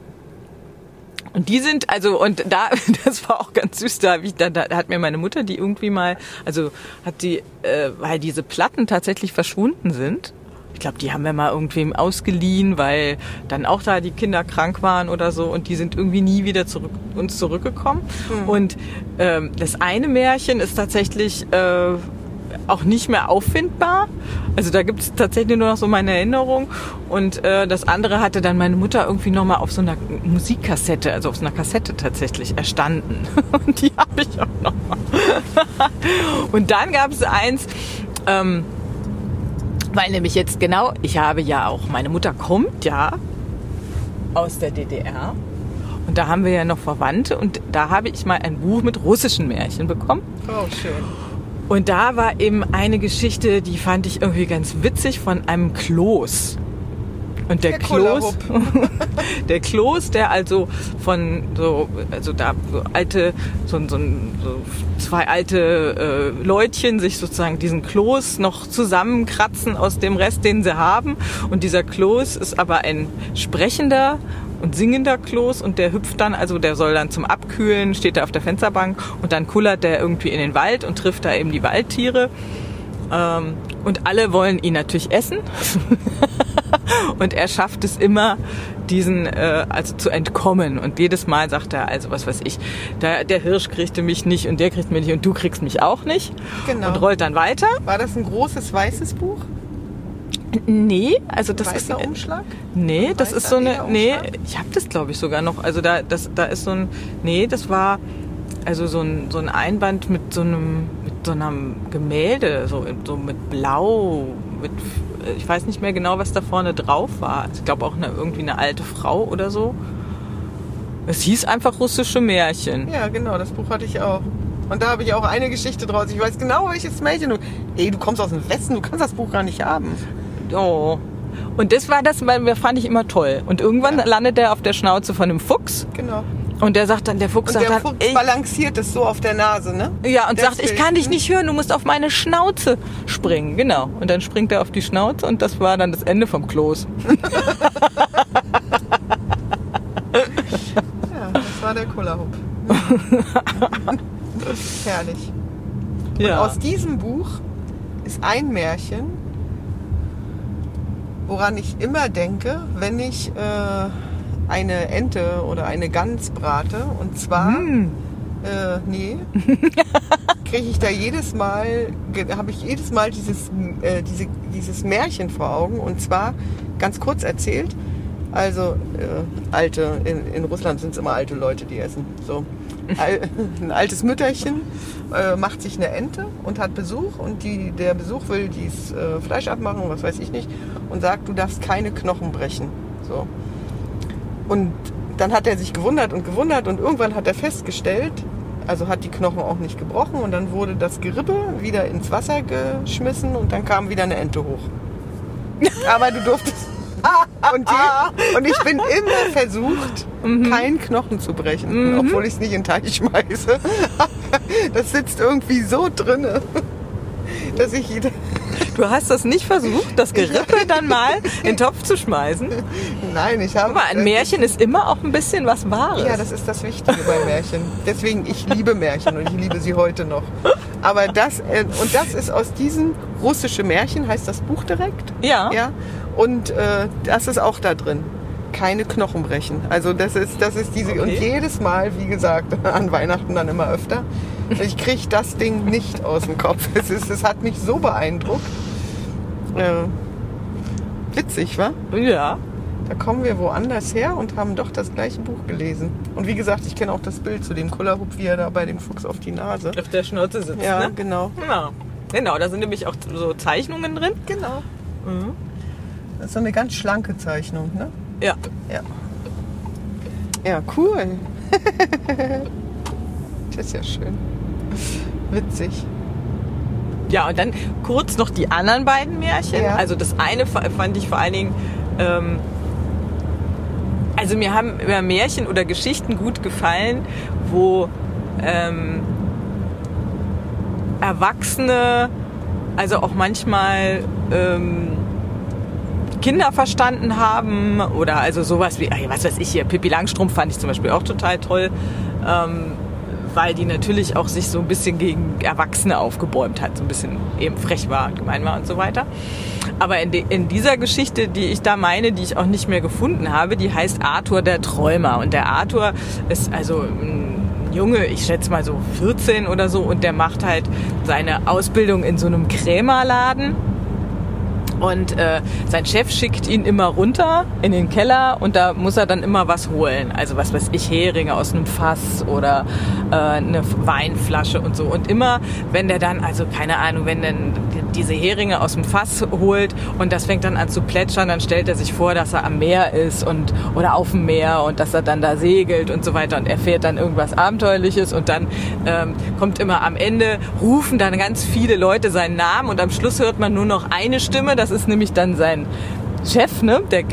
und die sind, also, und da, das war auch ganz süß, da, hab ich, da, da hat mir meine Mutter die irgendwie mal, also hat die, äh, weil diese Platten tatsächlich verschwunden sind. Ich glaube, die haben wir mal irgendwem ausgeliehen, weil dann auch da die Kinder krank waren oder so und die sind irgendwie nie wieder zurück, uns zurückgekommen. Mhm. Und ähm, das eine Märchen ist tatsächlich äh, auch nicht mehr auffindbar. Also da gibt es tatsächlich nur noch so meine Erinnerung. Und äh, das andere hatte dann meine Mutter irgendwie nochmal auf so einer Musikkassette, also auf so einer Kassette tatsächlich erstanden. Und die habe ich auch nochmal. Und dann gab es eins, ähm, weil nämlich jetzt genau, ich habe ja auch, meine Mutter kommt ja aus der D D R. Und da haben wir ja noch Verwandte. Und da habe ich mal ein Buch mit russischen Märchen bekommen. Oh, schön. Und da war eben eine Geschichte, die fand ich irgendwie ganz witzig, von einem Kloß. Und der, der Kloß, der Kloß, der also von so, also da so alte, so, so, so zwei alte äh, Leutchen sich sozusagen diesen Kloß noch zusammenkratzen aus dem Rest, den sie haben. Und dieser Kloß ist aber ein sprechender und singender Kloß und der hüpft dann, also der soll dann zum Abkühlen, steht da auf der Fensterbank und dann kullert der irgendwie in den Wald und trifft da eben die Waldtiere. Ähm, und alle wollen ihn natürlich essen. Und er schafft es immer, diesen, äh, also zu entkommen. Und jedes Mal sagt er, also was weiß ich, der, der Hirsch kriegte mich nicht und der kriegt mich nicht und du kriegst mich auch nicht. Genau. Und rollt dann weiter. War das ein großes weißes Buch? Nee, also das Weißer ist ein Umschlag? Nee, ein das ist so eine, nee, Umschlag? ich habe das glaube ich sogar noch. Also da, das, da ist so ein, nee, das war also so ein, so ein Einband mit so einem, mit so einem Gemälde, so, so mit Blau, mit, ich weiß nicht mehr genau, was da vorne drauf war. Ich glaube auch eine, irgendwie eine alte Frau oder so. Es hieß einfach russische Märchen. Ja, genau, das Buch hatte ich auch. Und da habe ich auch eine Geschichte draus. Ich weiß genau, welches Märchen du... Ey, du kommst aus dem Westen, du kannst das Buch gar nicht haben. Oh. Und das war das, weil fand ich immer toll. Und irgendwann ja. landet er auf der Schnauze von einem Fuchs. Genau. Und der sagt dann, der Fuchs Und der sagt Fuchs dann, ich, balanciert es so auf der Nase, ne? ja, und sagt, ich Deswegen. kann dich nicht hören, du musst auf meine Schnauze springen. Genau. Und dann springt er auf die Schnauze und das war dann das Ende vom Kloß. Ja, das war der Kullerhupf. Herrlich. Ja. Und aus diesem Buch ist ein Märchen, woran ich immer denke, wenn ich äh, eine Ente oder eine Gans brate. Und zwar, Hm. äh, nee, kriege ich da jedes Mal, habe ich jedes Mal dieses, äh, diese, dieses Märchen vor Augen. Und zwar, ganz kurz erzählt, also äh, alte, in, in Russland sind es immer alte Leute, die essen. So. Ein altes Mütterchen äh, macht sich eine Ente und hat Besuch und die, der Besuch will dieses äh, Fleisch abmachen, was weiß ich nicht, und sagt, du darfst keine Knochen brechen. So. Und dann hat er sich gewundert und gewundert und irgendwann hat er festgestellt, also hat die Knochen auch nicht gebrochen und dann wurde das Gerippe wieder ins Wasser geschmissen und dann kam wieder eine Ente hoch. Aber du durftest... Und, die, und ich bin immer versucht, mhm. keinen Knochen zu brechen, mhm. obwohl ich es nicht in den Teich schmeiße. Das sitzt irgendwie so drinne, dass ich... Du hast das nicht versucht, das Gerippe dann mal in den Topf zu schmeißen? Nein, ich habe... Guck mal, ein Märchen ist immer auch ein bisschen was Wahres. Ja, das ist das Wichtige bei Märchen. Deswegen, ich liebe Märchen und ich liebe sie heute noch. Aber das, äh, und das ist aus diesem russische Märchen, heißt das Buch direkt. Ja. Ja. Und äh, das ist auch da drin. Keine Knochen brechen. Also das ist, das ist diese... Okay. Und jedes Mal, wie gesagt, an Weihnachten dann immer öfter, ich kriege das Ding nicht aus dem Kopf. Es, ist, es hat mich so beeindruckt. Äh, witzig, wa? Ja. Da kommen wir woanders her und haben doch das gleiche Buch gelesen. Und wie gesagt, ich kenne auch das Bild zu dem Kullerhupf, wie er da bei dem Fuchs auf die Nase. Auf der Schnauze sitzt, ja, ne? Genau. Ja, genau. Da sind nämlich auch so Zeichnungen drin. Genau. Mhm. Das ist so eine ganz schlanke Zeichnung, ne? Ja. Ja, ja, cool. Das ist ja schön. Witzig. Ja, und dann kurz noch die anderen beiden Märchen. Ja. Also das eine fand ich vor allen Dingen... Ähm, also mir haben immer Märchen oder Geschichten gut gefallen, wo ähm, Erwachsene, also auch manchmal... Ähm, Kinder verstanden haben oder also sowas wie, was weiß ich hier, Pippi Langstrumpf fand ich zum Beispiel auch total toll, ähm, weil die natürlich auch sich so ein bisschen gegen Erwachsene aufgebäumt hat, so ein bisschen eben frech war und gemein war und so weiter. Aber in, de, in dieser Geschichte, die ich da meine, die ich auch nicht mehr gefunden habe, die heißt Arthur der Träumer. Und der Arthur ist also ein Junge, ich schätze mal so vierzehn oder so, und der macht halt seine Ausbildung in so einem Krämerladen. Und äh, sein Chef schickt ihn immer runter in den Keller und da muss er dann immer was holen. Also was weiß ich, Heringe aus einem Fass oder äh, eine Weinflasche und so. Und immer, wenn der dann, also keine Ahnung, wenn dann diese Heringe aus dem Fass holt und das fängt dann an zu plätschern, dann stellt er sich vor, dass er am Meer ist und oder auf dem Meer und dass er dann da segelt und so weiter und erfährt dann irgendwas Abenteuerliches und dann ähm, kommt immer am Ende, rufen dann ganz viele Leute seinen Namen und am Schluss hört man nur noch eine Stimme, das ist nämlich dann sein Chef, ne, der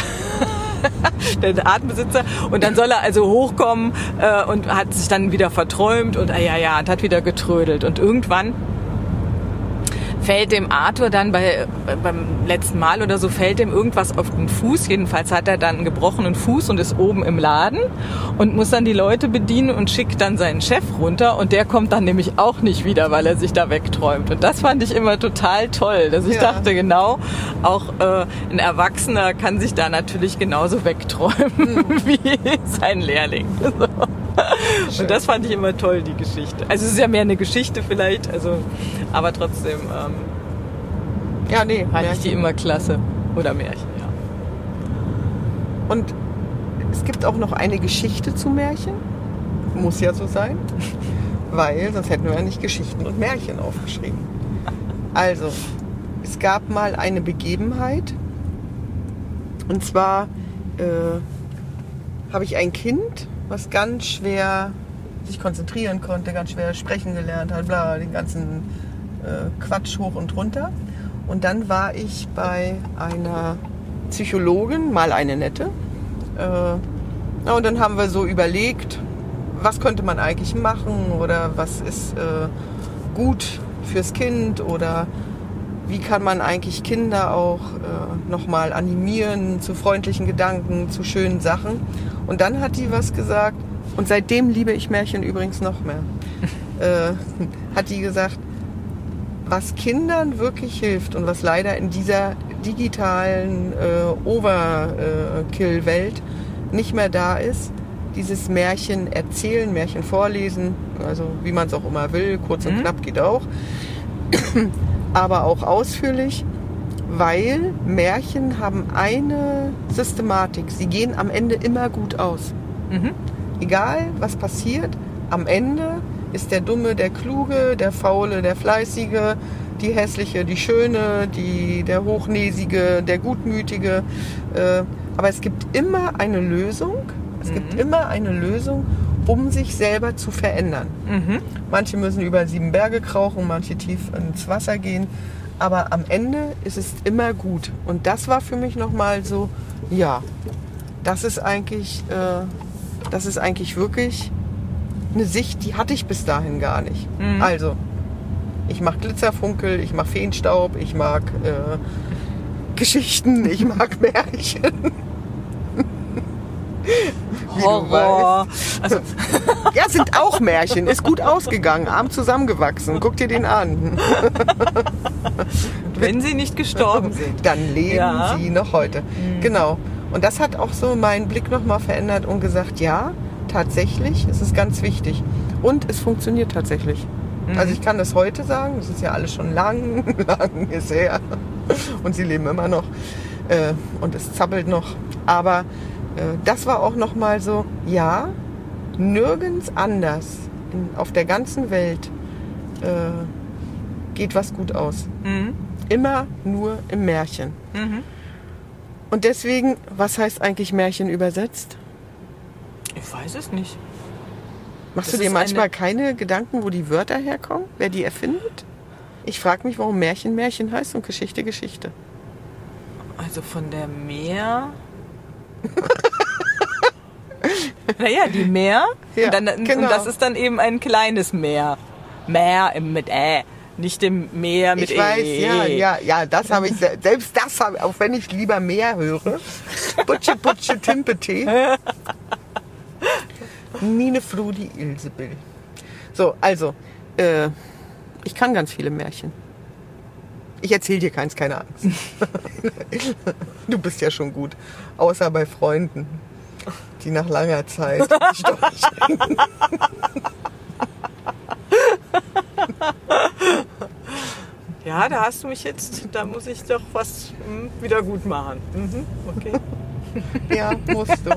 der Artenbesitzer, und dann soll er also hochkommen äh, und hat sich dann wieder verträumt und ah, ja, ja, und hat wieder getrödelt und irgendwann fällt dem Arthur dann bei, beim letzten Mal oder so, fällt ihm irgendwas auf den Fuß. Jedenfalls hat er dann einen gebrochenen Fuß und ist oben im Laden und muss dann die Leute bedienen und schickt dann seinen Chef runter und der kommt dann nämlich auch nicht wieder, weil er sich da wegträumt. Und das fand ich immer total toll, dass ich ja. dachte, genau, auch äh, ein Erwachsener kann sich da natürlich genauso wegträumen mhm. wie sein Lehrling. So. Und das fand ich immer toll, die Geschichte. Also es ist ja mehr eine Geschichte vielleicht, also, aber trotzdem ähm, ja, nee, fand ich die immer klasse. Oder Märchen, ja. Und es gibt auch noch eine Geschichte zu Märchen. Muss ja so sein. Weil sonst hätten wir ja nicht Geschichten und Märchen aufgeschrieben. Also, es gab mal eine Begebenheit. Und zwar äh, habe ich ein Kind, was ganz schwer sich konzentrieren konnte, ganz schwer sprechen gelernt hat, bla, den ganzen äh, Quatsch hoch und runter. Und dann war ich bei einer Psychologin, mal eine nette. Äh, na, und dann haben wir so überlegt, was könnte man eigentlich machen oder was ist äh, gut fürs Kind oder wie kann man eigentlich Kinder auch äh, nochmal animieren zu freundlichen Gedanken, zu schönen Sachen. Und dann hat die was gesagt, und seitdem liebe ich Märchen übrigens noch mehr, äh, hat die gesagt, was Kindern wirklich hilft und was leider in dieser digitalen äh, Overkill-Welt nicht mehr da ist, dieses Märchen erzählen, Märchen vorlesen, also wie man es auch immer will, kurz und mhm. knapp geht auch, aber auch ausführlich, weil Märchen haben eine Systematik, sie gehen am Ende immer gut aus. Mhm. Egal, was passiert, am Ende ist der Dumme der Kluge, der Faule der Fleißige, die Hässliche die Schöne, die, der Hochnäsige, der Gutmütige. Äh, aber es gibt immer eine Lösung, es mhm. gibt immer eine Lösung, um sich selber zu verändern. Mhm. Manche müssen über sieben Berge krauchen, manche tief ins Wasser gehen, aber am Ende ist es immer gut. Und das war für mich nochmal so, ja, das ist eigentlich, äh, das ist eigentlich wirklich eine Sicht, die hatte ich bis dahin gar nicht. Mhm. Also, ich mag Glitzerfunkel, ich mag Feenstaub, ich mag äh, Geschichten, ich mag Märchen. Horror. Also. Ja, sind auch Märchen. Ist gut ausgegangen, arm zusammengewachsen. Guck dir den an. Wenn sie nicht gestorben sind. Dann leben ja. sie noch heute. Mhm. Genau. Und das hat auch so meinen Blick nochmal verändert und gesagt, ja, tatsächlich, es ist ganz wichtig. Und es funktioniert tatsächlich. Mhm. Also ich kann das heute sagen, das ist ja alles schon lang, lang ist her. Und sie leben immer noch. Äh, und es zappelt noch. Aber äh, das war auch nochmal so, ja, nirgends anders in, auf der ganzen Welt äh, geht was gut aus. Mhm. Immer nur im Märchen. Mhm. Und deswegen, was heißt eigentlich Märchen übersetzt? Ich weiß es nicht. Machst das du dir manchmal eine... keine Gedanken, wo die Wörter herkommen? Wer die erfindet? Ich frage mich, warum Märchen Märchen heißt und Geschichte Geschichte. Also von der Meer... naja, die Meer. Ja, und, dann, genau. und das ist dann eben ein kleines Meer. Meer mit Ä. Nicht dem Meer mit ich weiß, E. ja, ja, ja, das habe ich, selbst das habe ich, auch wenn ich lieber Meer höre. Butsche, Butsche, Timpete. Mine Frudi Ilsebill. So, also, äh, ich kann ganz viele Märchen. Ich erzähle dir keins, keine Angst. Du bist ja schon gut. Außer bei Freunden, die nach langer Zeit Storch trinken. Ja, da hast du mich jetzt, da muss ich doch was hm, wieder gut machen. Mhm, okay. Ja, musst du.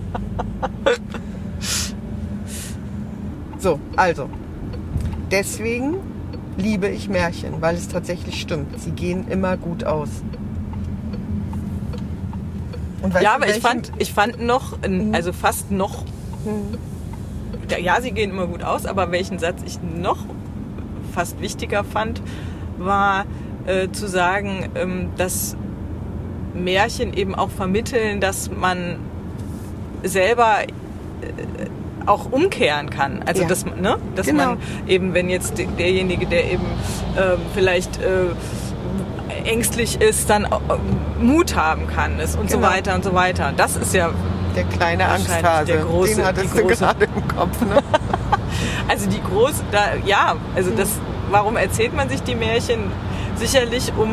So, also, deswegen liebe ich Märchen, weil es tatsächlich stimmt. Sie gehen immer gut aus. Und weißt ja, du, aber ich welchen? fand, ich fand noch, Mhm. also fast noch, Hm. ja, sie gehen immer gut aus, aber welchen Satz ich noch fast wichtiger fand, war äh, zu sagen, ähm, dass Märchen eben auch vermitteln, dass man selber äh, auch umkehren kann. Also Ja. dass, ne? dass Genau. man eben, wenn jetzt de- derjenige, der eben äh, vielleicht äh, ängstlich ist, dann äh, Mut haben kann es und Genau. so weiter und so weiter. Das ist ja Der kleine wahrscheinlich Angsthase, der große, den hattest die du große, gerade im Kopf. Ne? Also die große, da, ja, also das, warum erzählt man sich die Märchen? Sicherlich, um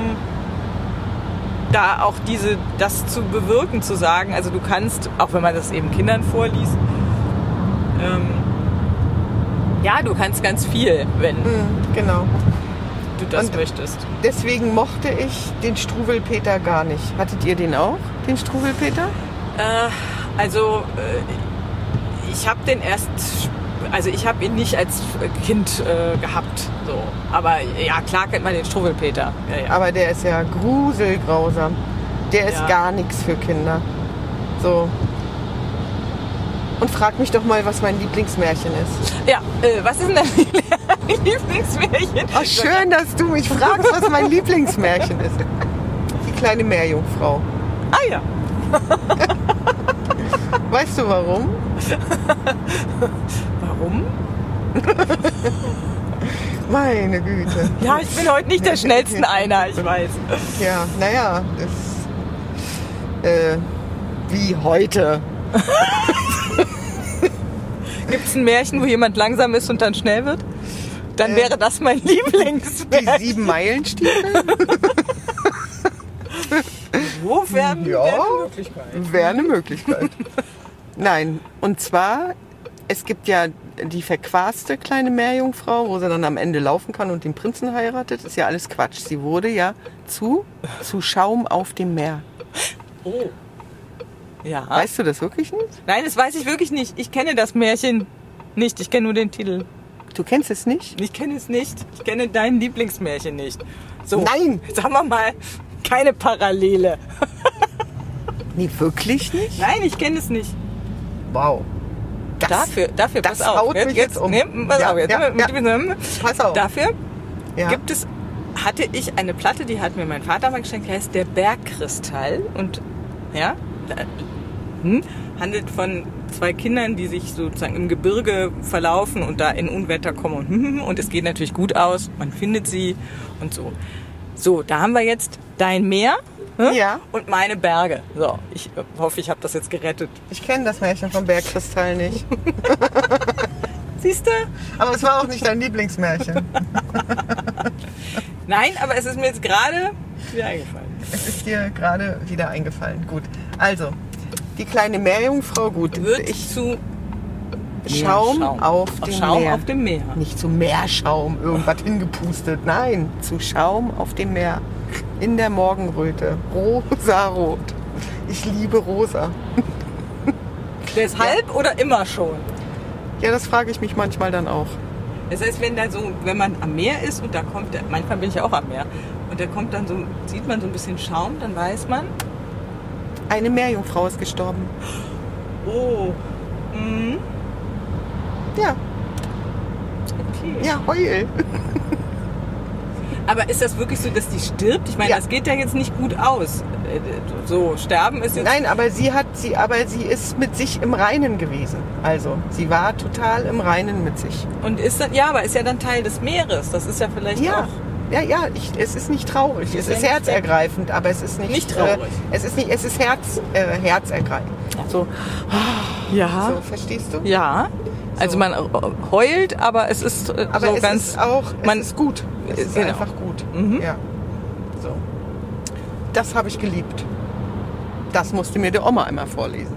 da auch diese, das zu bewirken, zu sagen, also du kannst, auch wenn man das eben Kindern vorliest, ähm, ja, du kannst ganz viel, wenn Hm, genau. du das Und möchtest. Deswegen mochte ich den Struwwelpeter gar nicht. Hattet ihr den auch, den Struwwelpeter? Äh, also äh, ich habe den erst, also ich habe ihn nicht als Kind äh, gehabt, so. Aber ja, klar kennt man den Struwwelpeter. Ja, ja. Aber der ist ja gruselgrausam. Der ist Ja. gar nichts für Kinder. So. Und frag mich doch mal, was mein Lieblingsmärchen ist. Ja, äh, was ist denn dein Lieblingsmärchen? Oh, schön, dass du mich fragst, was mein Lieblingsmärchen ist. Die kleine Meerjungfrau. Ah ja. Weißt du warum? Warum? Meine Güte. Ja, ich bin heute nicht der schnellsten einer, ich weiß. Ja, naja, das, äh, wie heute. Gibt es ein Märchen, wo jemand langsam ist und dann schnell wird? Dann Äh, wäre das mein Die Lieblingsmärchen. sieben Meilenstiefel Wo werden Ja. wäre eine Möglichkeit? wäre eine Möglichkeit. Nein, und zwar, es gibt ja die verquaste kleine Meerjungfrau, wo sie dann am Ende laufen kann und den Prinzen heiratet. Das ist ja alles Quatsch. Sie wurde ja zu, zu Schaum auf dem Meer. Oh. Ja. Weißt du das wirklich nicht? Nein, das weiß ich wirklich nicht. Ich kenne das Märchen nicht. Ich kenne nur den Titel. Du kennst es nicht? Ich kenne es nicht. Ich kenne dein Lieblingsmärchen nicht. So, Nein! sagen wir mal, keine Parallele. Nee, wirklich nicht? Nein, ich kenne es nicht. Wow. Das, dafür, dafür, das pass auf. haut mich jetzt um. Nee, pass Ja, auf, jetzt. ja, ja. Pass auf. Dafür Ja. gibt es, hatte ich eine Platte, die hat mir mein Vater mal geschenkt, die heißt Der Bergkristall. Und ja, da, hm, handelt von zwei Kindern, die sich sozusagen im Gebirge verlaufen und da in Unwetter kommen. Und, hm, und es geht natürlich gut aus, man findet sie und so. So, da haben wir jetzt dein Meer, hm, Ja. und meine Berge. So, ich hoffe, ich habe das jetzt gerettet. Ich kenne das Märchen vom Bergkristall nicht. Siehst du? Aber es war auch nicht dein Lieblingsmärchen. Nein, aber es ist mir jetzt gerade wieder eingefallen. Es ist dir gerade wieder eingefallen. Gut. Also, die kleine Meerjungfrau, gut. Wird ich zu Schaum, Schaum. auf Auf dem Schaum Meer. auf dem Meer. Nicht zu Meerschaum, irgendwas hingepustet. Nein, zu Schaum auf dem Meer. In der Morgenröte. Rosarot. Ich liebe rosa. Deshalb oder immer schon? Ja, das frage ich mich manchmal dann auch. Das heißt, wenn da so, wenn man am Meer ist und da kommt, der, manchmal bin ich ja auch am Meer, und da kommt dann so, sieht man so ein bisschen Schaum, dann weiß man, Eine Meerjungfrau ist gestorben. oh, mhm, Ja, okay. ja, heul. Aber ist das wirklich so, dass die stirbt? Ich meine, Ja. das geht ja jetzt nicht gut aus. Äh, So, sterben ist jetzt... Nein, aber sie hat sie, aber sie ist mit sich im Reinen gewesen. Also, sie war total im Reinen mit sich. Und ist dann, ja, aber ist ja dann Teil des Meeres. Das ist ja vielleicht Ja, auch... ja, ja. Ich, es ist nicht traurig. Es ja ist nicht herzergreifend, aber es ist nicht, Nicht traurig. Äh, es ist nicht, es ist Herz, äh, herzergreifend. So, Ja. so, verstehst du? Ja. Also So. man heult, aber es ist äh, Aber so es ganz... ist auch, es man- ist gut. Es ist genau. einfach gut. Mhm. Ja. So. Das habe ich geliebt. Das musste mir die Oma einmal vorlesen.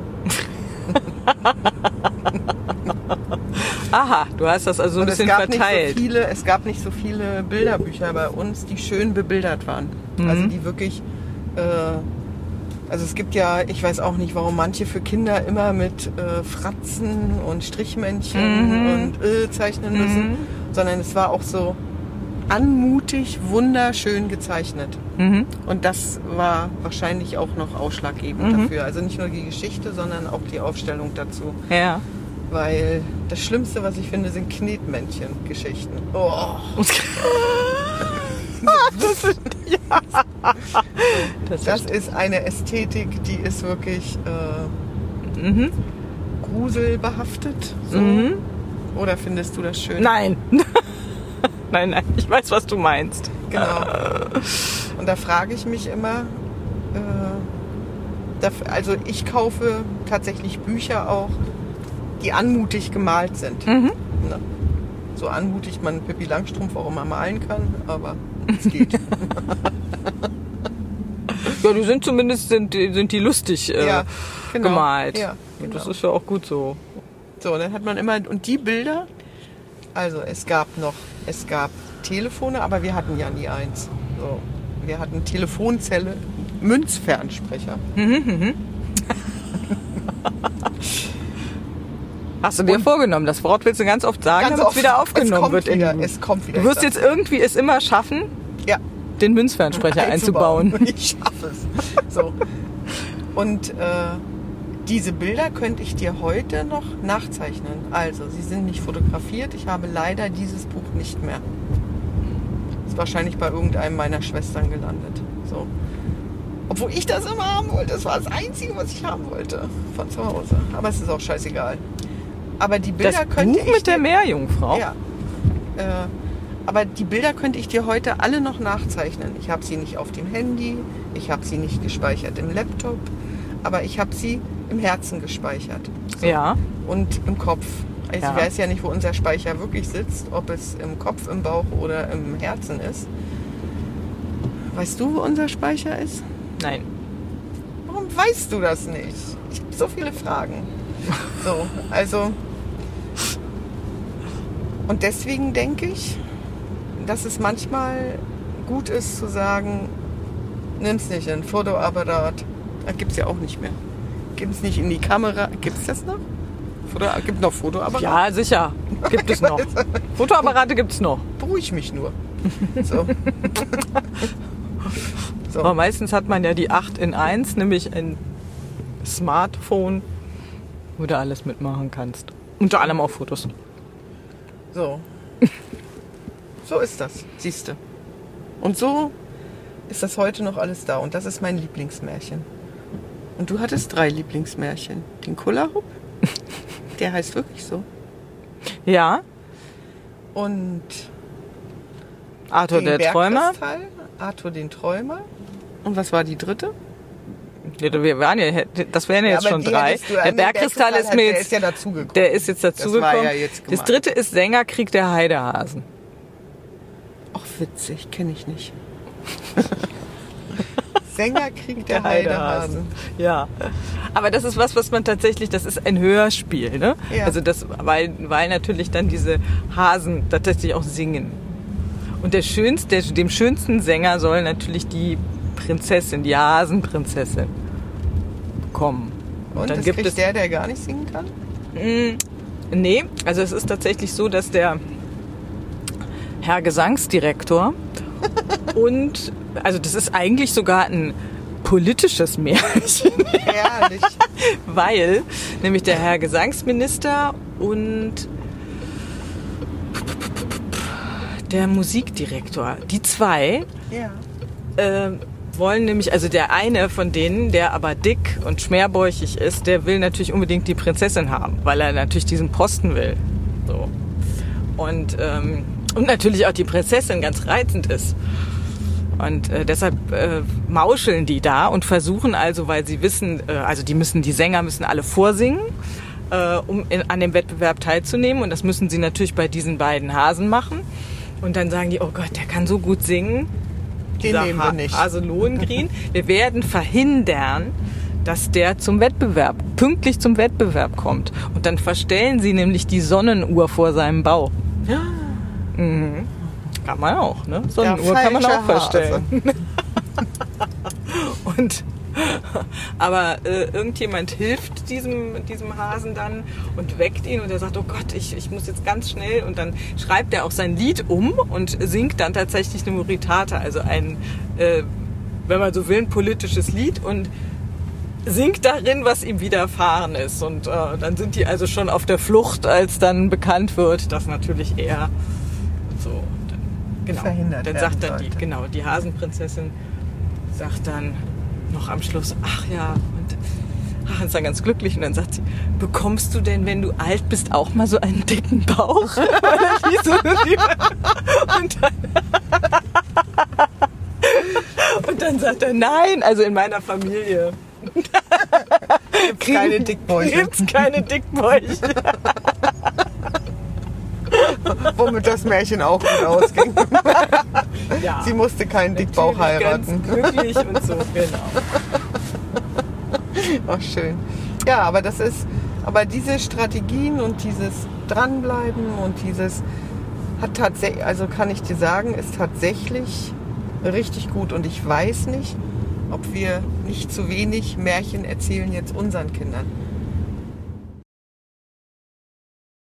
Aha, du hast das also so ein Und es bisschen gab verteilt. nicht so viele, es gab nicht so viele Bilderbücher bei uns, die schön bebildert waren. Mhm. Also die wirklich, äh, also es gibt ja, ich weiß auch nicht, warum manche für Kinder immer mit äh, Fratzen und Strichmännchen Mhm. und äh, zeichnen müssen, Mhm. sondern es war auch so anmutig, wunderschön gezeichnet. Mhm. Und das war wahrscheinlich auch noch ausschlaggebend Mhm. dafür. Also nicht nur die Geschichte, sondern auch die Aufstellung dazu. Ja. Weil das Schlimmste, was ich finde, sind Knetmännchen-Geschichten. Oh. das ist, ja. das Das ist, ist eine Ästhetik, die ist wirklich äh, mhm. gruselbehaftet. So. Mhm. Oder findest du das schön? Nein. nein, nein, ich weiß, was du meinst. Genau. Und da frage ich mich immer, äh, da, also ich kaufe tatsächlich Bücher auch, die anmutig gemalt sind. Mhm. Ne? So anmutig man Pippi Langstrumpf auch immer malen kann, aber es geht. Ja, die sind zumindest sind, die- sind die lustig äh, Ja, genau. gemalt. Ja, genau. Das ist ja auch gut so. So, dann hat man immer, und die Bilder, also es gab noch, es gab Telefone, aber wir hatten ja nie eins. So, wir hatten Telefonzelle, Münzfernsprecher. Hast du dir Und- vorgenommen? Das Wort willst du ganz oft sagen, Ganz damit oft. es wieder Es aufgenommen kommt wird. in wieder, die- es kommt wieder. Du wirst Ich jetzt irgendwie es immer schaffen, Ja, den Münzfernsprecher einzubauen. Ich schaffe es. So. Und äh, diese Bilder könnte ich dir heute noch nachzeichnen. Also, sie sind nicht fotografiert. Ich habe leider dieses Buch nicht mehr. Ist wahrscheinlich bei irgendeinem meiner Schwestern gelandet. So. Obwohl ich das immer haben wollte. Das war das Einzige, was ich haben wollte von zu Hause. Aber es ist auch scheißegal. Aber die Bilder Das könnte Buch ich mit der dir- Meerjungfrau? Ja. Äh, aber die Bilder könnte ich dir heute alle noch nachzeichnen. Ich habe sie nicht auf dem Handy, ich habe sie nicht gespeichert im Laptop, aber ich habe sie im Herzen gespeichert. So. Ja. Und im Kopf. Also Ja. ich weiß ja nicht, wo unser Speicher wirklich sitzt, ob es im Kopf, im Bauch oder im Herzen ist. Weißt du, wo unser Speicher ist? Nein. Warum weißt du das nicht? Ich habe so viele Fragen. So, also... Und deswegen denke ich, dass es manchmal gut ist zu sagen, nimm's nicht in ein Fotoapparat. Das gibt's ja auch nicht mehr. Gibt's nicht in die Kamera. Gibt's das noch? Foto, gibt noch Fotoapparate? Ja, sicher. Gibt es noch. Fotoapparate gibt es noch. Beruhig mich nur. So. So. Aber meistens hat man ja die acht in eins, nämlich ein Smartphone, wo du alles mitmachen kannst. Unter anderem auch Fotos. So. So ist das, siehst du. Und so ist das heute noch alles da. Und das ist mein Lieblingsmärchen. Und du hattest drei Lieblingsmärchen. Den Kullerhub, der heißt wirklich so. Ja, Und Arthur den der Träumer. Bergkristall, Arthur den Träumer. Und was war die dritte? Ja, wir waren ja, das wären ja jetzt aber schon die drei. hättest du- Der nee, Bergkristall ist mir Der jetzt, ist ja dazugekommen. der ist jetzt Das war dazugekommen. ja jetzt Das gemeint. dritte ist Sängerkrieg der Heidehasen. Ach, witzig, kenne ich nicht. Sängerkrieg der, Heidehasen. Ja, aber das ist was, was man tatsächlich, das ist ein Hörspiel, ne? Ja. Also das, weil, weil natürlich dann diese Hasen tatsächlich auch singen. Und der schönste, der, dem schönsten Sänger soll natürlich die Prinzessin, die Hasenprinzessin kommen. Und, dann das gibt kriegt es der, der gar nicht singen kann? Mm, nee, also es ist tatsächlich so, dass der Herr Gesangsdirektor und, also das ist eigentlich sogar ein politisches Märchen, Herrlich. weil nämlich der Herr Gesangsminister und der Musikdirektor, die zwei, Ja. äh, wollen nämlich, also der eine von denen, der aber dick und schmerbäuchig ist, der will natürlich unbedingt die Prinzessin haben, weil er natürlich diesen Posten will. So. Und, ähm, und natürlich auch die Prinzessin ganz reizend ist. Und äh, deshalb äh, mauscheln die da und versuchen also, weil sie wissen, äh, also die müssen, die Sänger müssen alle vorsingen, äh, um in, an dem Wettbewerb teilzunehmen. Und das müssen sie natürlich bei diesen beiden Hasen machen. Und dann sagen die, oh Gott, der kann so gut singen. Den Dieser nehmen wir nicht. Hase Lohengrin. Wir werden verhindern, dass der zum Wettbewerb, pünktlich zum Wettbewerb kommt. Und dann verstellen sie nämlich die Sonnenuhr vor seinem Bauch. Mhm. Kann man auch, ne? Sonnenuhr Der kann man auch falsche verstellen. Und aber äh, irgendjemand hilft diesem, diesem Hasen dann und weckt ihn und er sagt, oh Gott, ich, ich muss jetzt ganz schnell, und dann schreibt er auch sein Lied um und singt dann tatsächlich eine Muritata, also ein, äh, wenn man so will, ein politisches Lied, und singt darin, was ihm widerfahren ist. Und äh, dann sind die also schon auf der Flucht, als dann bekannt wird, dass natürlich er so, dann, genau, Verhindert dann werden sagt dann die, sollte. genau, die Hasenprinzessin sagt dann noch am Schluss, ach ja, und ach, ist dann ganz glücklich, und dann sagt sie, bekommst du denn, wenn du alt bist, auch mal so einen dicken Bauch? und, dann, und dann sagt er, nein, also in meiner Familie Gibt's keine Dickbäuche. gibt's keine Dickbäuche. Womit das Märchen auch gut ausging. Ja, Sie musste keinen Dickbauch natürlich heiraten. Ganz glücklich und so, genau. Ach, schön. Ja, aber das ist, aber diese Strategien und dieses Dranbleiben und dieses hat tatsächlich, also kann ich dir sagen, ist tatsächlich richtig gut. Und ich weiß nicht, ob wir nicht zu wenig Märchen erzählen jetzt unseren Kindern.